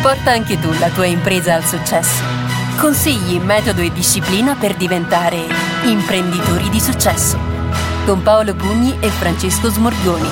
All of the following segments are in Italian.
Porta anche tu la tua impresa al successo. Consigli, metodo e disciplina per diventare imprenditori di successo. Con Paolo Pugni e Francesco Smorgoni.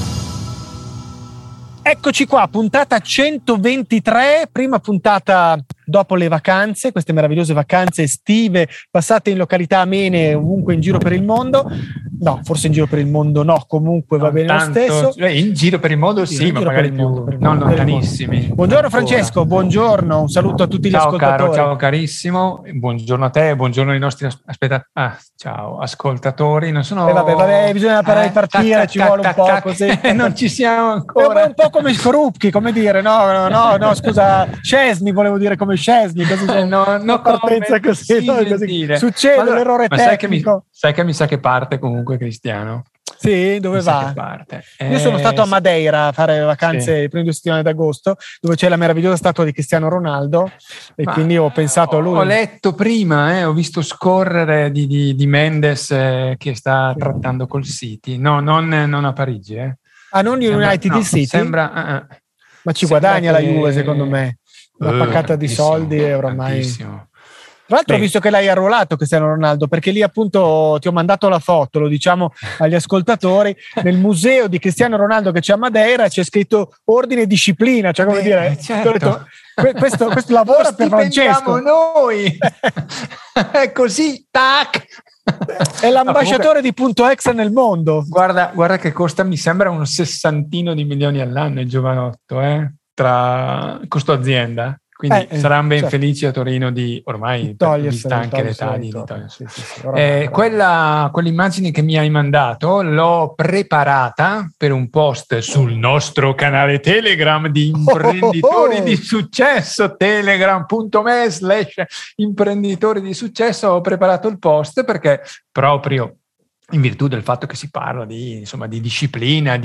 Eccoci qua, puntata 123, prima puntata dopo le vacanze, queste meravigliose vacanze estive passate in località amene ovunque in giro per il mondo. No, forse in giro per il mondo no, comunque va bene tanto, lo stesso. In giro per il mondo sì, ma magari più non lontanissimi. Buongiorno Francesco, buongiorno, un saluto a tutti gli ascoltatori. Ciao carissimo, buongiorno a te, buongiorno ai nostri ciao ascoltatori. Non sono... vabbè, bisogna partire, ci vuole un po' così. Non ci siamo ancora. È un po' come Skorupski, come dire, no, scusa, Szczesny volevo dire come Szczesny, così no, partenza così, così. Succede allora, l'errore tecnico. Sai che mi sa che parte comunque Cristiano? Sì, dove va? Io sono stato a Madeira a fare vacanze le prime 2 settimane d'agosto, dove c'è la meravigliosa statua di Cristiano Ronaldo e quindi ho pensato a lui. Ho letto prima, ho visto scorrere di Mendes che sta trattando col City, no, non a Parigi. Non United City? Sembra... Ma ci guadagna la Juve secondo me, una paccata di soldi e oramai... Tantissimo. Tra l'altro ho visto che l'hai arruolato Cristiano Ronaldo, perché lì appunto ti ho mandato la foto, lo diciamo agli ascoltatori, nel museo di Cristiano Ronaldo che c'è a Madeira c'è scritto ordine e disciplina, cioè come dire, certo. questo lavoro per Francesco. Noi è così, tac. È l'ambasciatore di Punto Extra nel mondo. Guarda che costa, mi sembra un 60 milioni all'anno il giovanotto, tra costo azienda. Quindi saranno ben felici a Torino di ormai vista anche l'età di togliersi. Quell'immagine che mi hai mandato l'ho preparata per un post sul nostro canale Telegram di imprenditori di successo, telegram.me/imprenditori di successo. Ho preparato il post perché proprio in virtù del fatto che si parla di disciplina,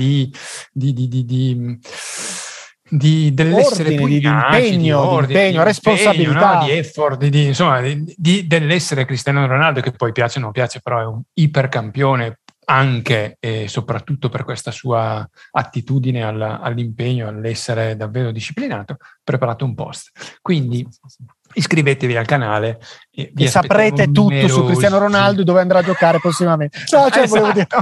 dell'essere pugnaci, di impegno, responsabilità, di effort, dell'essere Cristiano Ronaldo, che poi piace o non piace, però è un ipercampione anche e soprattutto per questa sua attitudine all'impegno, all'essere davvero disciplinato. Ho preparato un post, quindi iscrivetevi al canale e saprete tutto su Cristiano Ronaldo, dove andrà a giocare prossimamente. Volevo dire.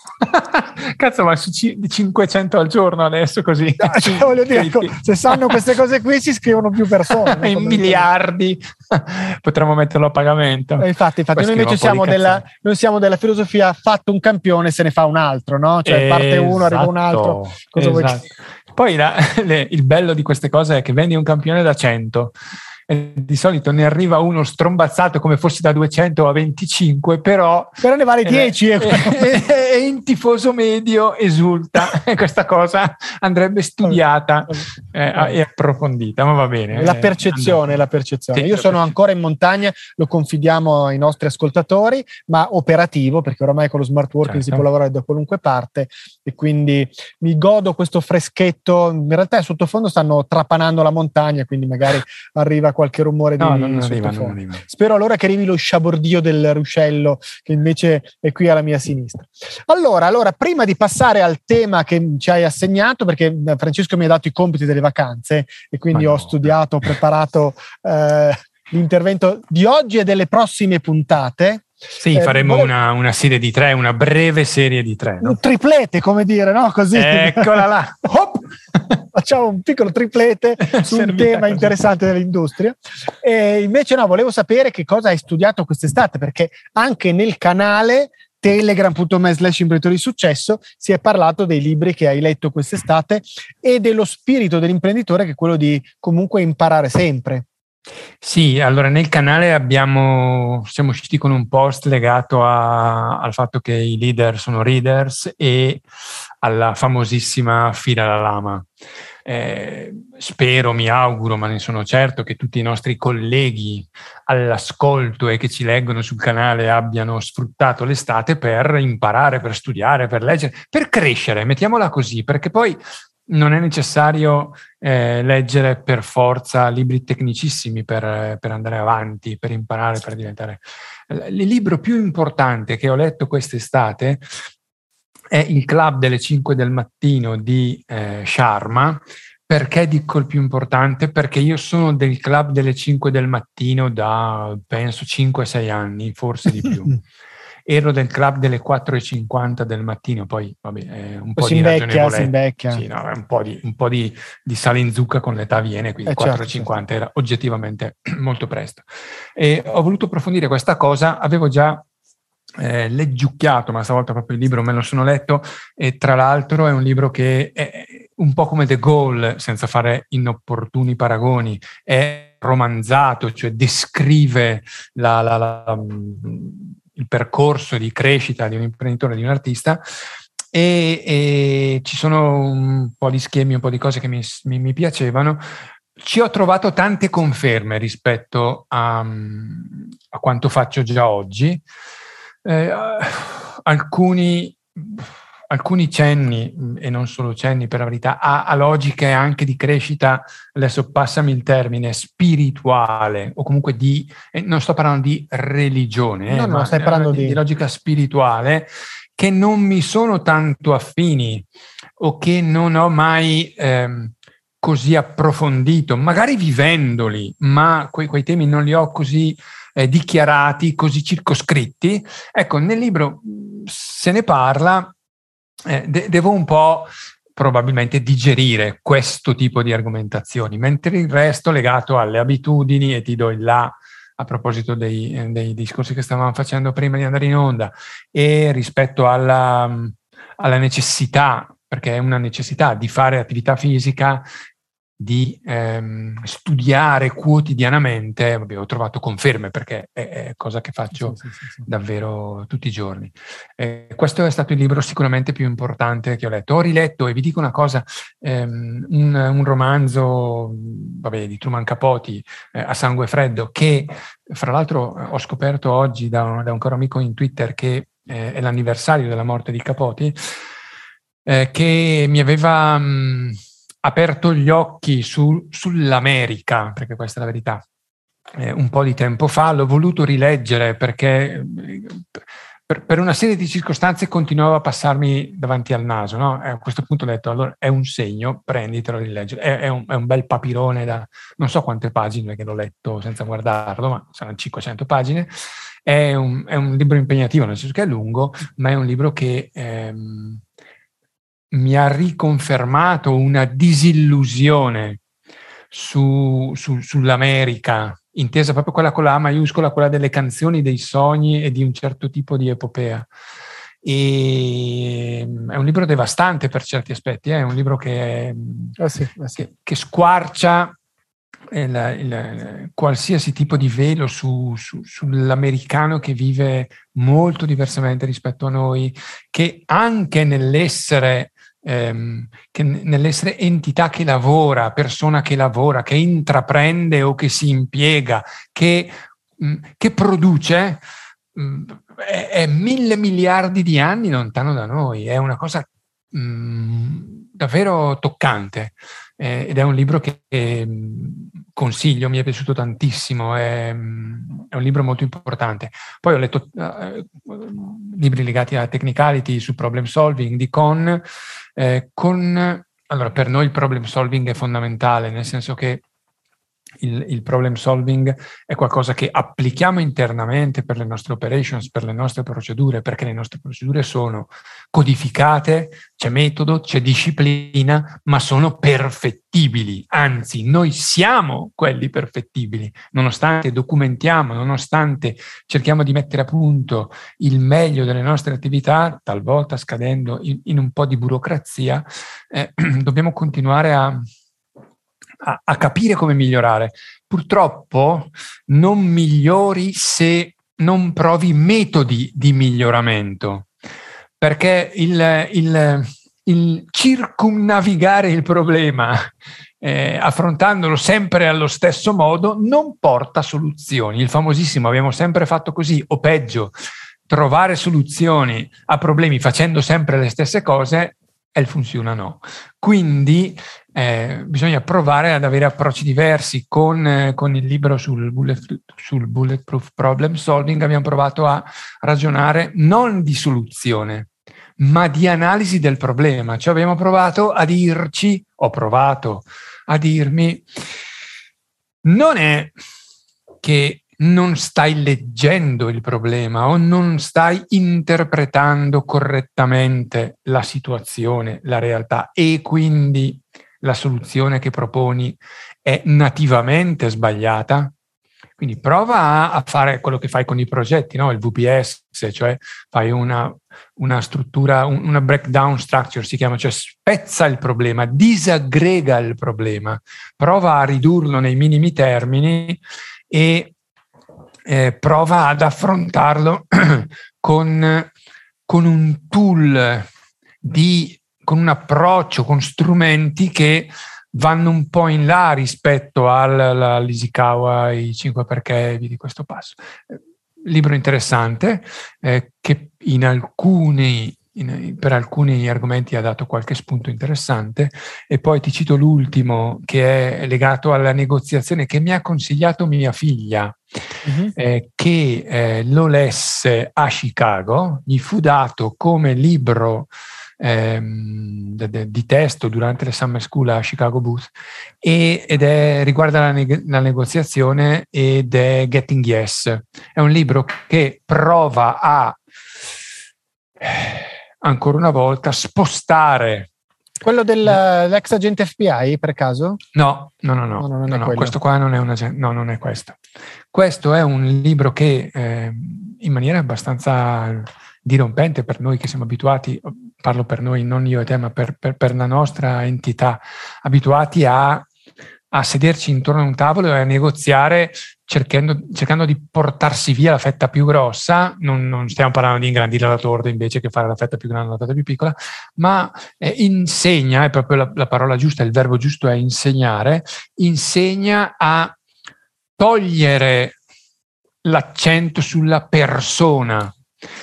Cazzo, ma su 500 al giorno adesso così. Voglio dire, se sanno queste cose qui si iscrivono più persone. In miliardi. Potremmo metterlo a pagamento. Infatti noi invece siamo della filosofia: fatto un campione se ne fa un altro, no? Cioè parte uno, arriva un altro. Cosa vuoi? Poi il bello di queste cose è che vendi un campione da 100. Di solito ne arriva uno strombazzato come fosse da 200 a 25, però ne vale 10 e in tifoso medio esulta. Questa cosa andrebbe studiata e approfondita, ma va bene. La percezione. Sì, io sono ancora in montagna, lo confidiamo ai nostri ascoltatori, ma operativo, perché oramai con lo smart working si può lavorare da qualunque parte e quindi mi godo questo freschetto. In realtà sottofondo stanno trapanando la montagna, quindi magari arriva qualche rumore di non arriva. Spero allora che arrivi lo sciabordio del ruscello, che invece è qui alla mia sinistra. Allora, prima di passare al tema che ci hai assegnato, perché Francesco mi ha dato i compiti delle vacanze e quindi ho studiato, ho preparato l'intervento di oggi e delle prossime puntate. Sì, faremo una serie di 3, una breve serie di 3. No? Un triplete, come dire, no? Così. Eccola là. Hop! Facciamo un piccolo triplete su un tema interessante dell'industria. E invece volevo sapere che cosa hai studiato quest'estate, perché anche nel canale telegram.me/imprenditori di successo si è parlato dei libri che hai letto quest'estate e dello spirito dell'imprenditore, che è quello di comunque imparare sempre. Sì, allora nel canale siamo usciti con un post legato al fatto che i leader sono readers e alla famosissima fila alla lama. Spero, mi auguro, ma ne sono certo che tutti i nostri colleghi all'ascolto e che ci leggono sul canale abbiano sfruttato l'estate per imparare, per studiare, per leggere, per crescere, mettiamola così, perché poi non è necessario leggere per forza libri tecnicissimi per andare avanti, per imparare, per diventare. Il libro più importante che ho letto quest'estate è Il Club delle 5 del mattino di Sharma, Perché dico il più importante? Perché io sono del club delle 5 del mattino da, penso, 5-6 anni, forse di più. Ero del club delle 4:50 del mattino, poi vabbè, un po' di ragionevolezza. Si invecchia. Sì, no, un po' di sale in zucca con l'età viene, quindi 4:50 certo. Era oggettivamente molto presto. E ho voluto approfondire questa cosa, avevo già leggiucchiato, ma stavolta proprio il libro me lo sono letto, e tra l'altro è un libro che è un po' come The Goal, senza fare inopportuni paragoni, è romanzato, cioè descrive il percorso di crescita di un imprenditore, di un artista, e ci sono un po' di schemi, un po' di cose che mi piacevano. Ci ho trovato tante conferme rispetto a quanto faccio già oggi. Alcuni cenni, e non solo cenni per la verità, a logiche anche di crescita, adesso passami il termine, spirituale, o comunque non sto parlando di religione, no, stai parlando di logica spirituale, che non mi sono tanto affini o che non ho mai così approfondito, magari vivendoli, ma quei temi non li ho così dichiarati, così circoscritti. Ecco, nel libro se ne parla, devo un po' probabilmente digerire questo tipo di argomentazioni, mentre il resto legato alle abitudini, e ti do il là a proposito dei discorsi che stavamo facendo prima di andare in onda, e rispetto alla necessità, perché è una necessità di fare attività fisica, di studiare quotidianamente. Ho trovato conferme, perché è cosa che faccio sì. davvero tutti i giorni. Questo è stato il libro sicuramente più importante che ho letto. Ho riletto, e vi dico una cosa, un romanzo di Truman Capote, A sangue freddo, che fra l'altro ho scoperto oggi da un caro amico in Twitter che è l'anniversario della morte di Capote, che mi aveva aperto gli occhi sull'America, perché questa è la verità. Un po' di tempo fa l'ho voluto rileggere perché per una serie di circostanze continuava a passarmi davanti al naso, no? A questo punto ho detto, allora è un segno, prenditelo a rileggere. È un bel papirone da non so quante pagine, perché l'ho letto senza guardarlo, ma saranno 500 pagine. È un libro impegnativo, nel senso che è lungo, ma è un libro che mi ha riconfermato una disillusione sull'America, intesa proprio quella con la A maiuscola, quella delle canzoni, dei sogni e di un certo tipo di epopea. E è un libro devastante per certi aspetti, è un libro che squarcia qualsiasi tipo di velo sull'americano che vive molto diversamente rispetto a noi, che anche nell'essere entità che lavora, persona che lavora, che intraprende o che si impiega, che produce, è 1.000 miliardi di anni lontano da noi. È una cosa davvero toccante, ed è un libro che consiglio, mi è piaciuto tantissimo, è un libro molto importante. Poi ho letto libri legati a technicality, su problem solving di Kohn. Allora, per noi il problem solving è fondamentale, nel senso che il problem solving è qualcosa che applichiamo internamente per le nostre operations, per le nostre procedure, perché le nostre procedure sono codificate, c'è metodo, c'è disciplina, ma sono perfettibili. Anzi, noi siamo quelli perfettibili, nonostante documentiamo, nonostante cerchiamo di mettere a punto il meglio delle nostre attività, talvolta scadendo in un po' di burocrazia, dobbiamo continuare a capire come migliorare. Purtroppo non migliori se non provi metodi di miglioramento, perché il circumnavigare il problema affrontandolo sempre allo stesso modo non porta soluzioni. Il famosissimo "abbiamo sempre fatto così", o peggio, trovare soluzioni a problemi facendo sempre le stesse cose, funziona no. Quindi bisogna provare ad avere approcci diversi. Con il libro sul Bulletproof Problem Solving abbiamo provato a ragionare non di soluzione, ma di analisi del problema. Cioè abbiamo provato a dirci, ho provato a dirmi, non è che non stai leggendo il problema o non stai interpretando correttamente la situazione, la realtà, e quindi la soluzione che proponi è nativamente sbagliata. Quindi prova a fare quello che fai con i progetti, no? Il VBS, cioè fai una struttura, una breakdown structure si chiama, cioè spezza il problema, disaggrega il problema, prova a ridurlo nei minimi termini e prova ad affrontarlo con un tool, con un approccio, con strumenti che vanno un po' in là rispetto all'Ishikawa, i 5 perché di questo passo. Libro interessante che per alcuni argomenti ha dato qualche spunto interessante, e poi ti cito l'ultimo che è legato alla negoziazione, che mi ha consigliato mia figlia, che lo lesse a Chicago, gli fu dato come libro di testo durante le summer school a Chicago Booth, riguarda la negoziazione ed è Getting Yes. È un libro che prova a ancora una volta spostare. Quello dell'ex agente FBI, per caso? No, questo qua non è questo. Questo è un libro che in maniera abbastanza dirompente per noi che siamo abituati, parlo per noi, non io e te, ma per la nostra entità, abituati a sederci intorno a un tavolo e a negoziare cercando di portarsi via la fetta più grossa. Non stiamo parlando di ingrandire la torta invece che fare la fetta più grande e la fetta più piccola, ma insegna, è proprio la parola giusta, il verbo giusto è insegnare, insegna a togliere l'accento sulla persona,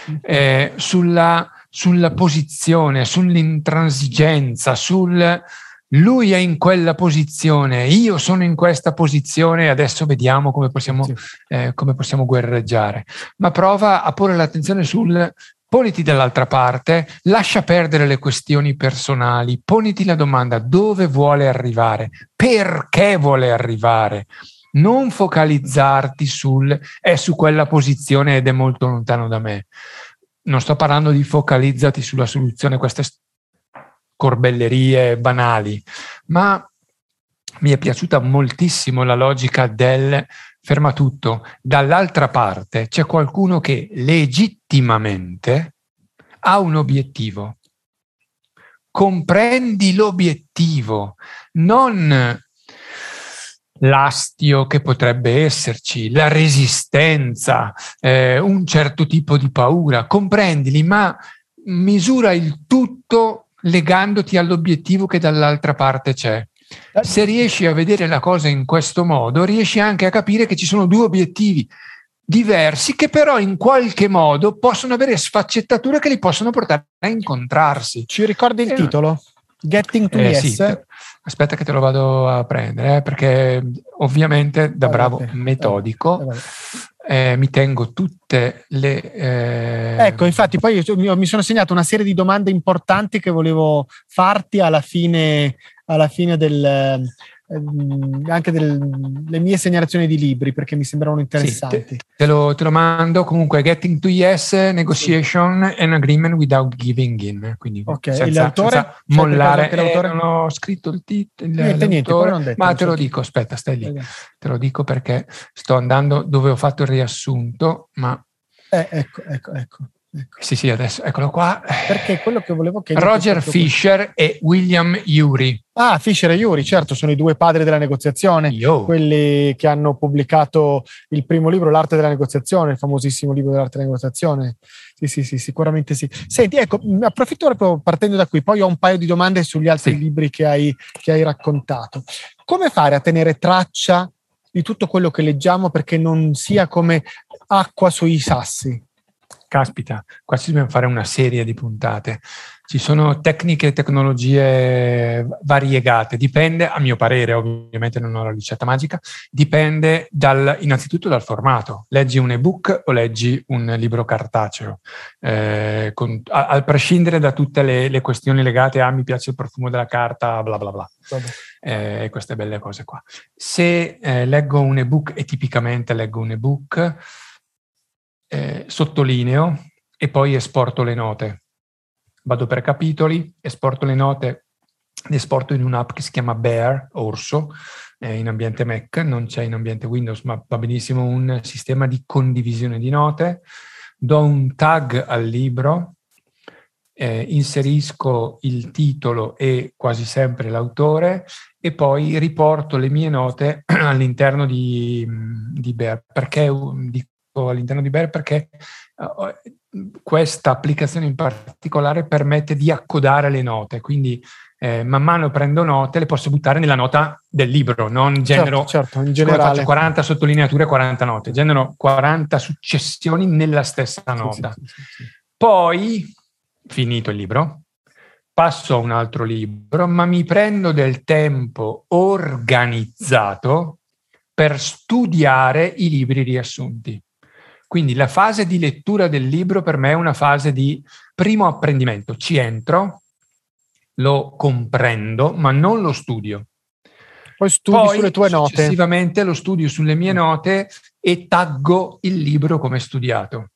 sulla posizione, sull'intransigenza, lui è in quella posizione, io sono in questa posizione, adesso vediamo come possiamo guerreggiare. Ma prova a porre l'attenzione poniti dall'altra parte, lascia perdere le questioni personali, poniti la domanda: dove vuole arrivare? Perché vuole arrivare? Non focalizzarti è su quella posizione ed è molto lontano da me. Non sto parlando di focalizzati sulla soluzione, queste corbellerie banali, ma mi è piaciuta moltissimo la logica del ferma tutto. Dall'altra parte c'è qualcuno che legittimamente ha un obiettivo. Comprendi l'obiettivo, non l'astio che potrebbe esserci, la resistenza, un certo tipo di paura. Comprendili, ma misura il tutto legandoti all'obiettivo che dall'altra parte c'è. Se riesci a vedere la cosa in questo modo, riesci anche a capire che ci sono due obiettivi diversi che però in qualche modo possono avere sfaccettature che li possono portare a incontrarsi. Ci ricordi il titolo? Getting to Yes? Sì, aspetta che te lo vado a prendere, perché ovviamente da bravo metodico mi tengo tutte le... Ecco, infatti poi io mi sono segnato una serie di domande importanti che volevo farti alla fine anche delle mie segnalazioni di libri, perché mi sembravano interessanti. Sì, te lo mando. Comunque, Getting to Yes, Negotiation and Agreement Without Giving In, quindi senza mollare. Non ho scritto il titolo, niente, ma te lo dico, aspetta, stai lì. Te lo dico perché sto andando dove ho fatto il riassunto, ma... Ecco. Sì, adesso eccolo qua. Perché quello che volevo chiedere... Roger Fisher e William Ury. Ah, Fisher e Ury, certo, sono i due padri della negoziazione, quelli che hanno pubblicato il primo libro, L'arte della negoziazione, il famosissimo libro dell'arte della negoziazione. Sì, sicuramente sì. Senti, ecco, approfitto proprio partendo da qui, poi ho un paio di domande sugli altri libri che hai raccontato. Come fare a tenere traccia di tutto quello che leggiamo perché non sia come acqua sui sassi? Caspita, qua ci dobbiamo fare una serie di puntate. Ci sono tecniche e tecnologie variegate, dipende, a mio parere, ovviamente non ho la ricetta magica, dipende innanzitutto dal formato. Leggi un ebook o leggi un libro cartaceo, a prescindere da tutte le questioni legate a mi piace il profumo della carta, bla bla bla. Queste belle cose qua. Se leggo un ebook, e tipicamente leggo un ebook, sottolineo e poi esporto le note. Vado per capitoli, esporto le note, le esporto in un'app che si chiama Bear, Orso, in ambiente Mac, non c'è in ambiente Windows, ma va benissimo un sistema di condivisione di note. Do un tag al libro, inserisco il titolo e quasi sempre l'autore e poi riporto le mie note all'interno di Bear. Perché dico all'interno di Bear? Perché questa applicazione in particolare permette di accodare le note, quindi man mano prendo note, le posso buttare nella nota del libro, non genero, certo, in generale faccio 40 sottolineature, 40 note, genero 40 successioni nella stessa nota. Sì. Poi, finito il libro, passo a un altro libro, ma mi prendo del tempo organizzato per studiare i libri riassunti. Quindi la fase di lettura del libro per me è una fase di primo apprendimento. Ci entro, lo comprendo, ma non lo studio. Poi studi sulle tue note. Successivamente lo studio sulle mie note e taggo il libro come studiato.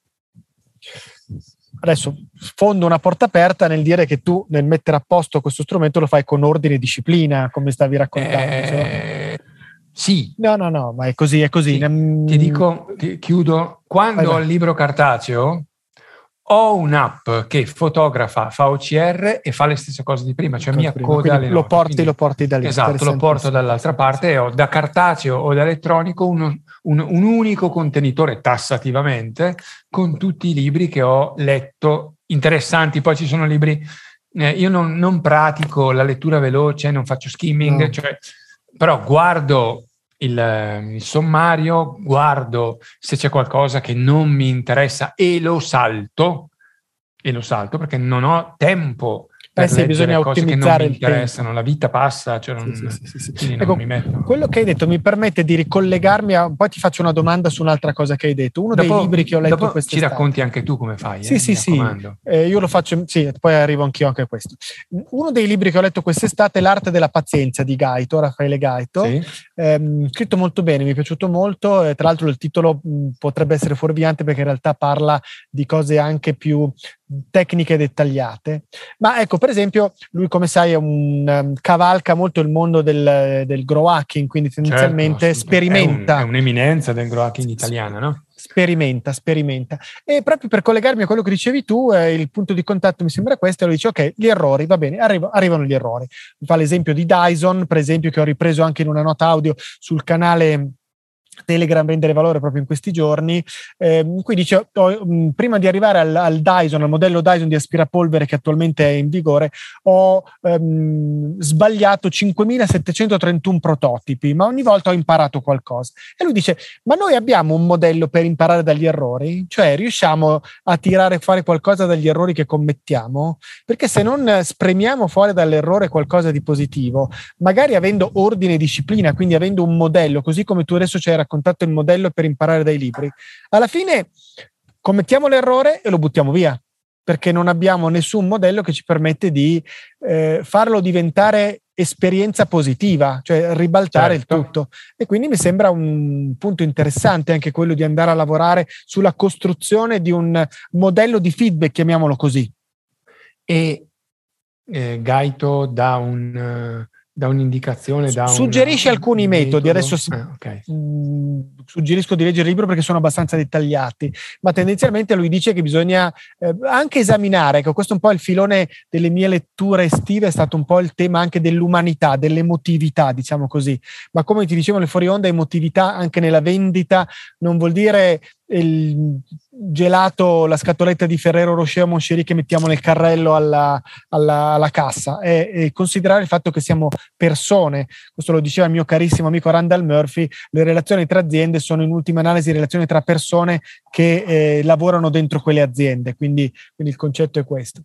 Adesso sfondo una porta aperta nel dire che tu, nel mettere a posto questo strumento, lo fai con ordine e disciplina, come stavi raccontando. Sì. No, ma è così. Sì. Ti dico, chiudo. Quando ho il libro cartaceo, ho un'app che fotografa, fa OCR e fa le stesse cose di prima, cioè mi accoda le note. Lo porti da lì. Esatto, lo porto dall'altra parte e ho da cartaceo o da elettronico un unico contenitore tassativamente con tutti i libri che ho letto interessanti. Poi ci sono libri, io non pratico la lettura veloce, non faccio skimming, però guardo il sommario, guardo se c'è qualcosa che non mi interessa e lo salto perché non ho tempo per leggere cose che non mi interessano. Tempo. La vita passa, cioè quindi non mi metto. Quello che hai detto mi permette di ricollegarmi poi ti faccio una domanda su un'altra cosa che hai detto. Uno dei libri che ho letto quest'estate. Ci racconti anche tu come fai? Sì. Io lo faccio, poi arrivo anch'io anche a questo. Uno dei libri che ho letto quest'estate è L'arte della pazienza di Gaito, Raffaele Gaito. Sì. Scritto molto bene, mi è piaciuto molto. Tra l'altro il titolo potrebbe essere fuorviante perché in realtà parla di cose anche più tecniche dettagliate, ma ecco, per esempio lui, come sai, cavalca molto il mondo del grow hacking, quindi tendenzialmente sperimenta. È un'eminenza del grow hacking italiana, no? Sperimenta e proprio per collegarmi a quello che dicevi tu, il punto di contatto mi sembra questo, e lo dice ok, gli errori, va bene, arrivano gli errori. Mi fa l'esempio di Dyson, per esempio, che ho ripreso anche in una nota audio sul canale Telegram Vendere Valore proprio in questi giorni. Qui dice prima di arrivare al Dyson, al modello Dyson di aspirapolvere che attualmente è in vigore, ho sbagliato 5.731 prototipi, ma ogni volta ho imparato qualcosa. E lui dice, ma noi abbiamo un modello per imparare dagli errori? Cioè riusciamo a fare qualcosa dagli errori che commettiamo? Perché se non spremiamo fuori dall'errore qualcosa di positivo, magari avendo ordine e disciplina, quindi avendo un modello, così come tu adesso ci hai raccontato il modello per imparare dai libri, alla fine commettiamo l'errore e lo buttiamo via, perché non abbiamo nessun modello che ci permette di farlo diventare esperienza positiva, cioè ribaltare il tutto. E quindi mi sembra un punto interessante anche quello di andare a lavorare sulla costruzione di un modello di feedback, chiamiamolo così. E Gaito dà un'indicazione, suggerisce alcuni metodi. Adesso suggerisco di leggere il libro perché sono abbastanza dettagliati, ma tendenzialmente lui dice che bisogna anche esaminare, ecco, questo è un po' il filone delle mie letture estive, è stato un po' il tema anche dell'umanità, dell'emotività, diciamo così, ma come ti dicevo nel fuori onda, emotività anche nella vendita non vuol dire gelato la scatoletta di Ferrero Rocher o Moncherie che mettiamo nel carrello alla cassa, è considerare il fatto che siamo persone. Questo lo diceva il mio carissimo amico Randall Murphy: le relazioni tra aziende sono in ultima analisi relazioni tra persone che lavorano dentro quelle aziende, quindi il concetto è questo.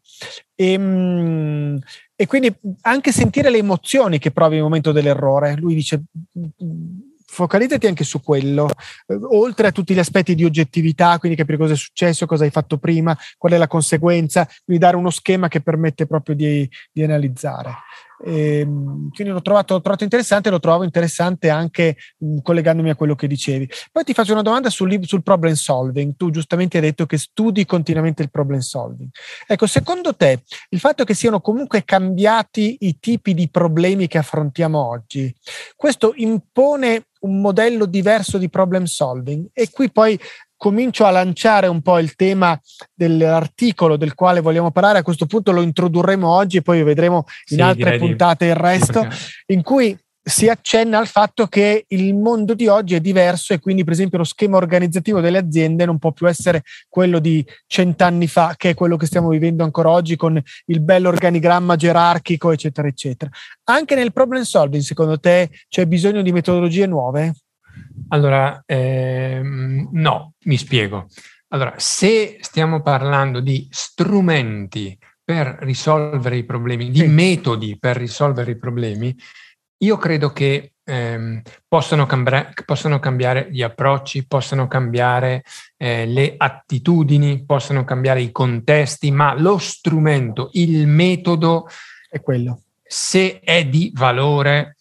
E quindi anche sentire le emozioni che provi nel momento dell'errore. Lui dice: focalizzati anche su quello, oltre a tutti gli aspetti di oggettività, quindi capire cosa è successo, cosa hai fatto prima, qual è la conseguenza, quindi dare uno schema che permette proprio di analizzare. Quindi l'ho trovato interessante, lo trovo interessante anche collegandomi a quello che dicevi. Poi ti faccio una domanda sul problem solving. Tu giustamente hai detto che studi continuamente il problem solving. Ecco, secondo te il fatto che siano comunque cambiati i tipi di problemi che affrontiamo oggi, questo impone un modello diverso di problem solving? E qui poi comincio a lanciare un po' il tema dell'articolo del quale vogliamo parlare. A questo punto lo introdurremo oggi e poi vedremo in altre puntate il resto, in cui si accenna al fatto che il mondo di oggi è diverso e quindi per esempio lo schema organizzativo delle aziende non può più essere quello di 100 anni fa, che è quello che stiamo vivendo ancora oggi con il bello organigramma gerarchico eccetera eccetera. Anche nel problem solving secondo te c'è bisogno di metodologie nuove? Allora, no, mi spiego. Allora, se stiamo parlando di strumenti per risolvere i problemi, di metodi per risolvere i problemi, io credo che possono cambiare gli approcci, possono cambiare le attitudini, possono cambiare i contesti, ma lo strumento, il metodo è quello. Se è di valore,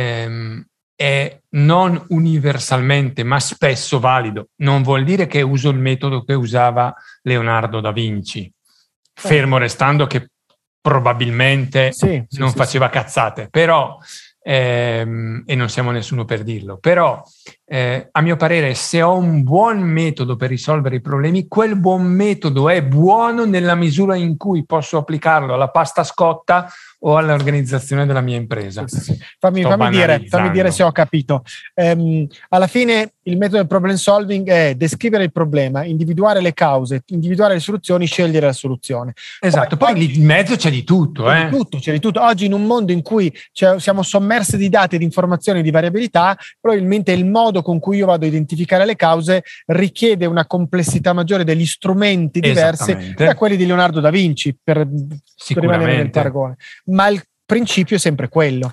è non universalmente ma spesso valido. Non vuol dire che uso il metodo che usava Leonardo da Vinci, fermo restando che probabilmente non faceva cazzate, però e non siamo nessuno per dirlo, però a mio parere, se ho un buon metodo per risolvere i problemi, quel buon metodo è buono nella misura in cui posso applicarlo alla pasta scotta o all'organizzazione della mia impresa. Fammi dire se ho capito. Alla fine il metodo del problem solving è descrivere il problema, individuare le cause, individuare le soluzioni, scegliere la soluzione. Esatto, poi lì in mezzo c'è di tutto. C'è di tutto. Oggi in un mondo in cui siamo sommersi di dati, di informazioni, di variabilità, probabilmente il modo con cui io vado a identificare le cause richiede una complessità maggiore degli strumenti diversi da quelli di Leonardo da Vinci, per rimanere nel paragone. Ma il principio è sempre quello.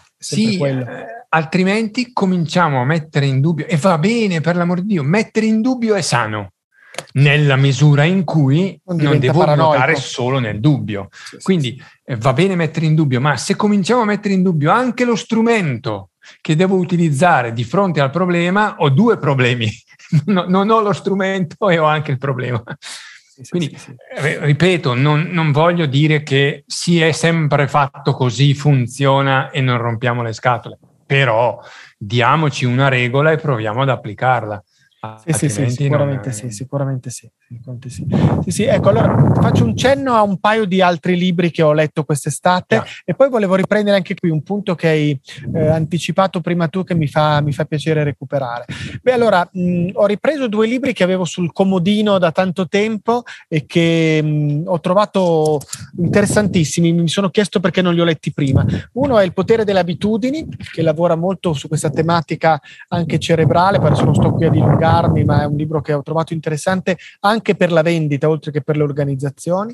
Altrimenti cominciamo a mettere in dubbio, e va bene, per l'amor di Dio, mettere in dubbio è sano, nella misura in cui non devo nuotare solo nel dubbio. Quindi va bene mettere in dubbio, ma se cominciamo a mettere in dubbio anche lo strumento che devo utilizzare di fronte al problema, ho due problemi. Non ho lo strumento e ho anche il problema. Quindi, ripeto, non voglio dire che si è sempre fatto così, funziona e non rompiamo le scatole, però diamoci una regola e proviamo ad applicarla. Sicuramente sì. Ecco, allora faccio un cenno a un paio di altri libri che ho letto quest'estate e poi volevo riprendere anche qui un punto che hai anticipato prima tu, che mi fa piacere recuperare. Allora, ho ripreso due libri che avevo sul comodino da tanto tempo e che ho trovato interessantissimi. Mi sono chiesto perché non li ho letti prima. Uno è Il potere delle abitudini, che lavora molto su questa tematica anche cerebrale, adesso non sto qui a dilungarmi, ma è un libro che ho trovato interessante anche per la vendita oltre che per le organizzazioni,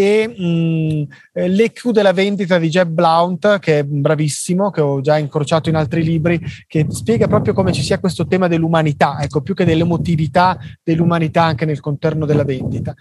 e l'EQ della vendita di Jeb Blount, che è bravissimo, che ho già incrociato in altri libri, che spiega proprio come ci sia questo tema dell'umanità, ecco, più che dell'emotività, dell'umanità anche nel contorno della vendita.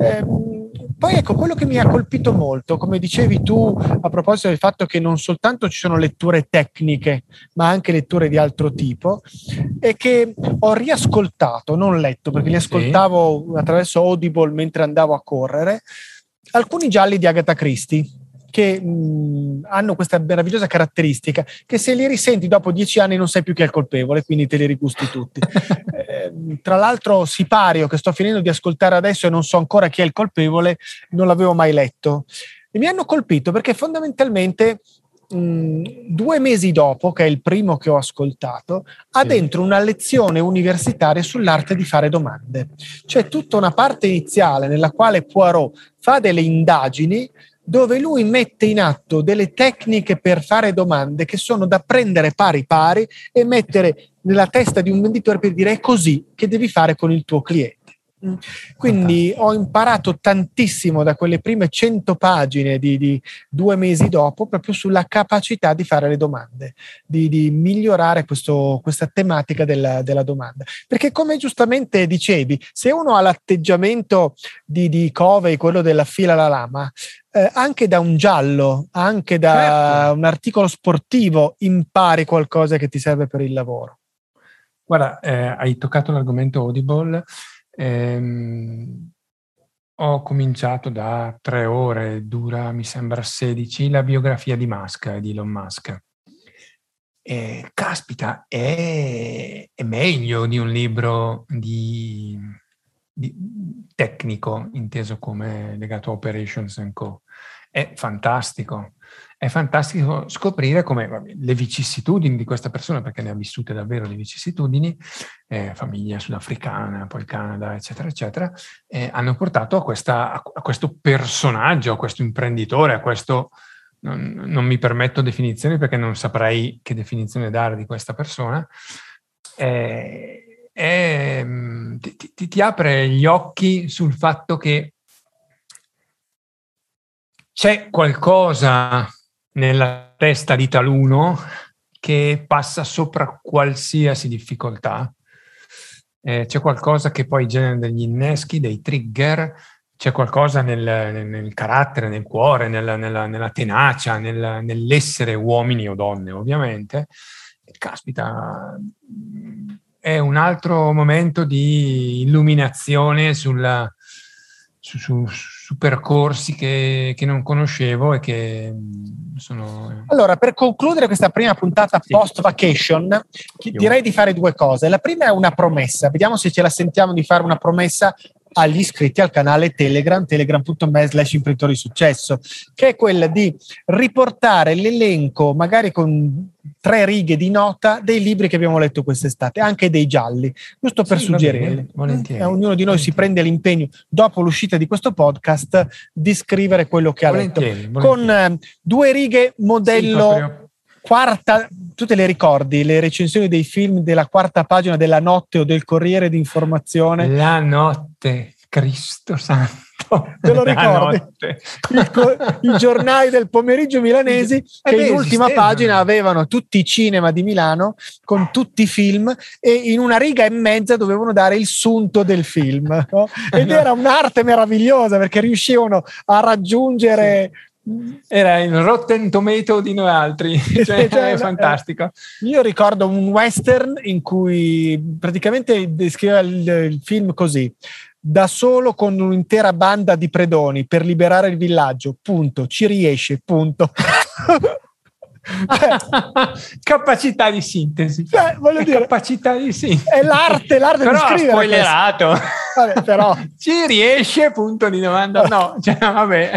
Poi ecco, quello che mi ha colpito molto, come dicevi tu a proposito del fatto che non soltanto ci sono letture tecniche ma anche letture di altro tipo, è che ho riascoltato, non letto, perché li ascoltavo attraverso Audible mentre andavo a correre, alcuni gialli di Agatha Christie, che hanno questa meravigliosa caratteristica che se li risenti dopo 10 anni non sai più chi è il colpevole, quindi te li rigusti tutti. Tra l'altro Sipario, che sto finendo di ascoltare adesso e non so ancora chi è il colpevole, non l'avevo mai letto. E mi hanno colpito perché fondamentalmente 2 mesi dopo, che è il primo che ho ascoltato, ha dentro una lezione universitaria sull'arte di fare domande. C'è tutta una parte iniziale nella quale Poirot fa delle indagini dove lui mette in atto delle tecniche per fare domande che sono da prendere pari pari e mettere nella testa di un venditore per dire: è così che devi fare con il tuo cliente. Quindi ho imparato tantissimo da quelle prime 100 pagine di 2 mesi dopo, proprio sulla capacità di fare le domande, di migliorare questa tematica della domanda. Perché, come giustamente dicevi, se uno ha l'atteggiamento di Covey, quello della fila alla lama, anche da un giallo, anche da un articolo sportivo impari qualcosa che ti serve per il lavoro. Guarda, hai toccato l'argomento Audible. Ho cominciato da 3 ore, dura mi sembra 16, la biografia di Musk, di Elon Musk. Caspita, è meglio di un libro di tecnico, inteso come legato a Operations & Co. È fantastico scoprire come le vicissitudini di questa persona, perché ne ha vissute davvero le vicissitudini, famiglia sudafricana, poi Canada, eccetera, eccetera, hanno portato a questo personaggio, a questo imprenditore, a questo... Non mi permetto definizioni perché non saprei che definizione dare di questa persona. Ti apre gli occhi sul fatto che c'è qualcosa nella testa di taluno che passa sopra qualsiasi difficoltà. C'è qualcosa che poi genera degli inneschi, dei trigger, c'è qualcosa nel carattere, nel cuore, nella tenacia, nell'essere uomini o donne, ovviamente. Caspita, è un altro momento di illuminazione su percorsi che non conoscevo e che sono... Allora, per concludere questa prima puntata post vacation, direi di fare 2 cose. La prima è una promessa. Vediamo se ce la sentiamo di fare una promessa agli iscritti al canale Telegram, telegram.me/imprenditori di successo, che è quella di riportare l'elenco, magari con 3 righe di nota, dei libri che abbiamo letto quest'estate, anche dei gialli, giusto per suggerirli. Ognuno di noi si prende l'impegno, dopo l'uscita di questo podcast, di scrivere quello che ha letto. Con 2 righe modello quarta. Tu te le ricordi, le recensioni dei film della quarta pagina della Notte o del Corriere di Informazione? La Notte, Cristo santo. Te lo ricordi? I giornali del pomeriggio milanesi che in ultima pagina avevano tutti i cinema di Milano con tutti i film e in una riga e mezza dovevano dare il sunto del film, no? Ed era un'arte meravigliosa perché riuscivano a raggiungere... Era il Rotten Tomato di noi altri, cioè è fantastico. Io ricordo un western in cui praticamente descriveva il film così: da solo con un'intera banda di predoni per liberare il villaggio, punto, ci riesce, punto. Capacità di sintesi, voglio dire, capacità di sintesi. È l'arte però di scrivere. Spoilerato. Vabbè, però ci riesce, punto di domanda. No, cioè, vabbè.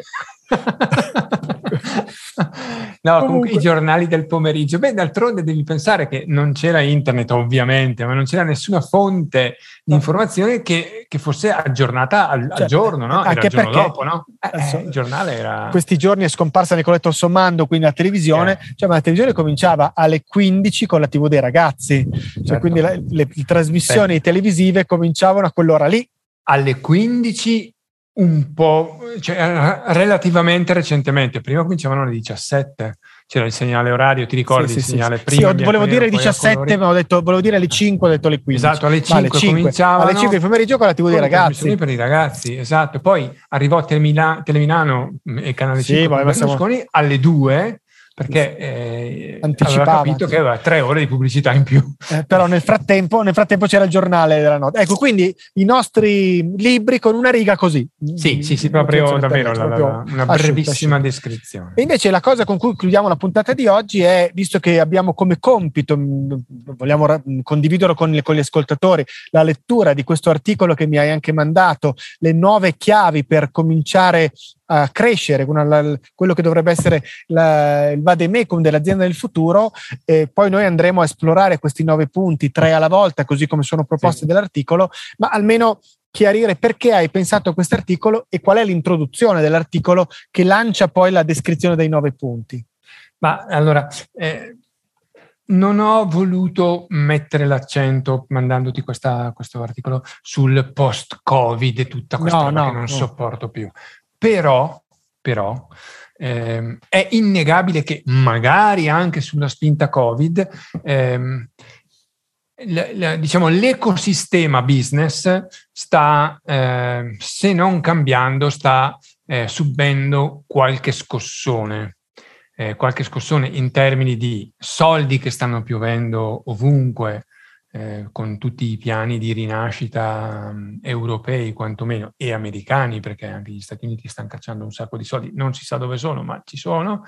No, comunque i giornali del pomeriggio. Beh, d'altronde devi pensare che non c'era internet, ovviamente, ma non c'era nessuna fonte di informazione che fosse aggiornata al giorno, no? Anche era il giorno perché dopo, no? Il giornale era... Questi giorni è scomparsa Nicoletto Sommando, quindi la televisione, ma la televisione cominciava alle 15 con la TV dei ragazzi, cioè, quindi le trasmissioni televisive cominciavano a quell'ora lì. Alle 15 un po', cioè relativamente recentemente, prima cominciavano alle 17, c'era il segnale orario, ti ricordi il segnale prima? Sì, volevo dire 17, ma volevo dire alle 5, ho detto alle 15. Esatto, alle 5 cominciavano. Alle 5 del pomeriggio con la TV dei ragazzi. Per i ragazzi, esatto. Poi arrivò Telemilano e Canale 5 Berlusconi alle 2, perché aveva capito che aveva 3 ore di pubblicità in più. Però nel frattempo c'era il giornale della notte. Ecco, quindi i nostri libri con una riga così. Sì, proprio davvero una brevissima descrizione. E invece la cosa con cui chiudiamo la puntata di oggi è, visto che abbiamo come compito, vogliamo condividerlo con gli ascoltatori, la lettura di questo articolo che mi hai anche mandato, le 9 chiavi per cominciare a crescere, quello che dovrebbe essere il vademecum dell'azienda del futuro. Poi noi andremo a esplorare questi 9 punti, 3 alla volta, così come sono proposti dall'articolo, ma almeno chiarire perché hai pensato a questo articolo e qual è l'introduzione dell'articolo che lancia poi la descrizione dei 9 punti. Ma allora, non ho voluto mettere l'accento, mandandoti questo articolo, sul post-Covid e tutta questa roba che non sopporto più. Però è innegabile che magari anche sulla spinta Covid diciamo l'ecosistema business sta, se non cambiando, sta subendo qualche scossone in termini di soldi che stanno piovendo ovunque, con tutti i piani di rinascita europei quantomeno e americani, perché anche gli Stati Uniti stanno cacciando un sacco di soldi, non si sa dove sono, ma ci sono.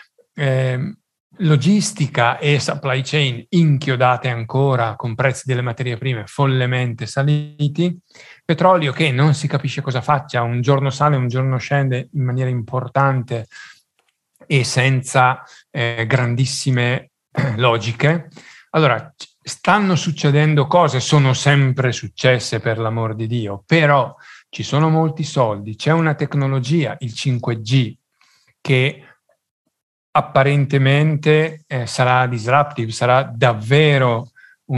Logistica e supply chain inchiodate ancora con prezzi delle materie prime follemente saliti, petrolio che non si capisce cosa faccia, un giorno sale, un giorno scende in maniera importante e senza grandissime logiche. Allora, stanno succedendo cose, sono sempre successe per l'amor di Dio, però ci sono molti soldi, c'è una tecnologia, il 5G, che apparentemente sarà disruptive, sarà davvero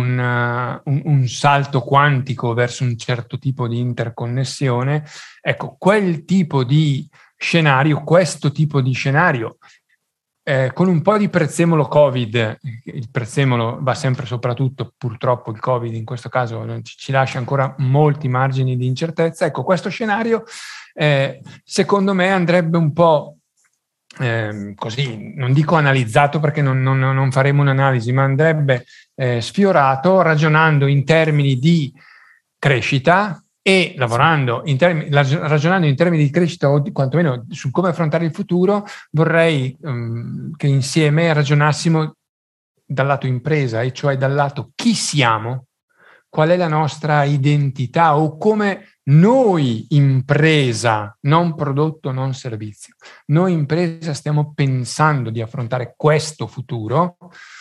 un salto quantico verso un certo tipo di interconnessione. Ecco, quel tipo di scenario, questo tipo di scenario, con un po' di prezzemolo Covid, il prezzemolo va sempre soprattutto, purtroppo il Covid in questo caso ci lascia ancora molti margini di incertezza. Ecco, questo scenario secondo me andrebbe un po' così, non dico analizzato perché non faremo un'analisi, ma andrebbe sfiorato ragionando in termini di crescita e ragionando in termini di crescita, o quantomeno su come affrontare il futuro. Vorrei che insieme ragionassimo dal lato impresa, e cioè dal lato chi siamo, qual è la nostra identità, o come noi impresa, non prodotto, non servizio, noi impresa stiamo pensando di affrontare questo futuro,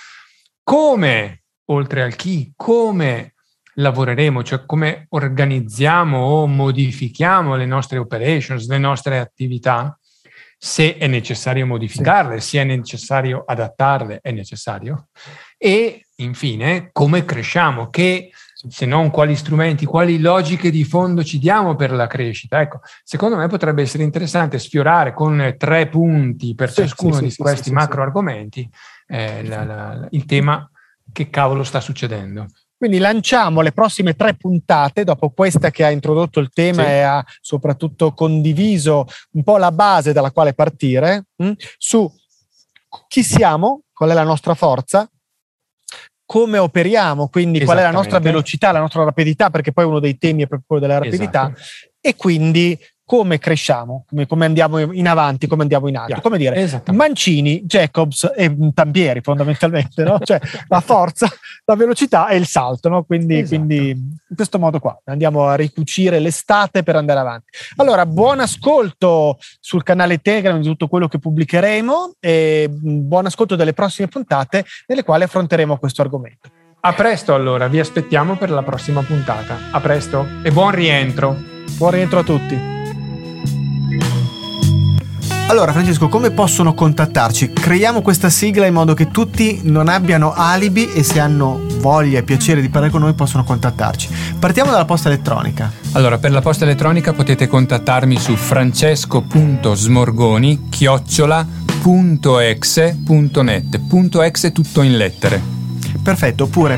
come, oltre al chi, come lavoreremo, cioè come organizziamo o modifichiamo le nostre operations, le nostre attività, se è necessario modificarle, se è necessario adattarle, è necessario, e infine come cresciamo, che se non quali strumenti, quali logiche di fondo ci diamo per la crescita. Ecco, secondo me potrebbe essere interessante sfiorare con 3 punti per ciascuno di questi macro argomenti il tema che cavolo sta succedendo. Quindi lanciamo le prossime 3 puntate, dopo questa che ha introdotto il tema e ha soprattutto condiviso un po' la base dalla quale partire, su chi siamo, qual è la nostra forza, come operiamo, quindi qual è la nostra velocità, la nostra rapidità, perché poi uno dei temi è proprio quello della rapidità, e quindi come cresciamo, come andiamo in avanti, come andiamo in alto. Come dire, Mancini, Jacobs e Tampieri fondamentalmente, no? Cioè la forza, la velocità e il salto, no? Quindi in questo modo qua andiamo a ricucire l'estate per andare avanti. Allora, buon ascolto sul canale Telegram di tutto quello che pubblicheremo e buon ascolto delle prossime puntate nelle quali affronteremo questo argomento. A presto allora, vi aspettiamo per la prossima puntata. A presto e buon rientro. Buon rientro a tutti. Allora Francesco, come possono contattarci? Creiamo questa sigla in modo che tutti non abbiano alibi e se hanno voglia e piacere di parlare con noi possono contattarci. Partiamo dalla posta elettronica. Allora, per la posta elettronica potete contattarmi su francesco.smorgoni@exe.net. .exe tutto in lettere. Perfetto, oppure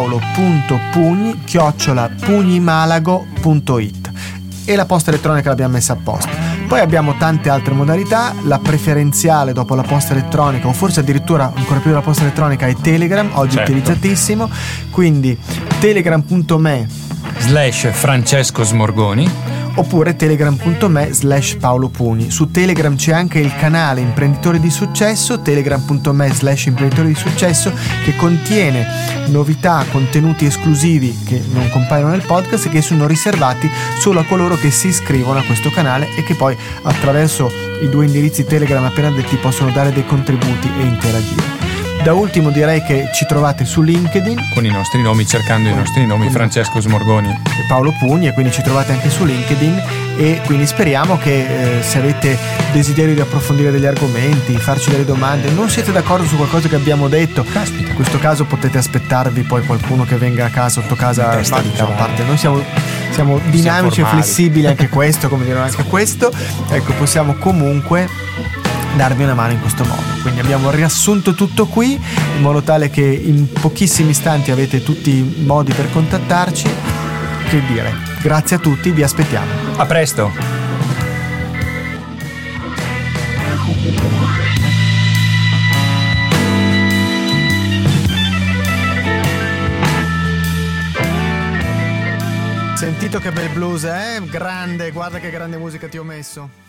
paolo.pugni@pugnimalago.it. E la posta elettronica l'abbiamo messa apposta. Poi abbiamo tante altre modalità, la preferenziale dopo la posta elettronica, o forse addirittura ancora più della posta elettronica, è Telegram, oggi utilizzatissimo, quindi telegram.me/Francesco Smorgoni, oppure telegram.me/Paolo Pugni. Su Telegram c'è anche il canale Imprenditori di Successo, telegram.me/Imprenditori di Successo, che contiene novità, contenuti esclusivi che non compaiono nel podcast e che sono riservati solo a coloro che si iscrivono a questo canale e che poi attraverso i 2 indirizzi Telegram appena detti possono dare dei contributi e interagire. Da ultimo direi che ci trovate su LinkedIn con i nostri nomi, cercando i nostri nomi, Francesco Smorgoni e Paolo Pugni, e quindi ci trovate anche su LinkedIn, e quindi speriamo che se avete desiderio di approfondire degli argomenti, farci delle domande, non siete d'accordo su qualcosa che abbiamo detto, caspita, in questo caso potete aspettarvi poi qualcuno che venga a casa, sotto casa, diciamo, parte. Noi siamo dinamici e flessibili, anche questo, come dire, anche questo, ecco, possiamo comunque darvi una mano in questo modo. Quindi abbiamo riassunto tutto qui in modo tale che in pochissimi istanti avete tutti i modi per contattarci. Che dire, grazie a tutti, vi aspettiamo. A presto. Sentito che bel blues, grande, guarda che grande musica ti ho messo.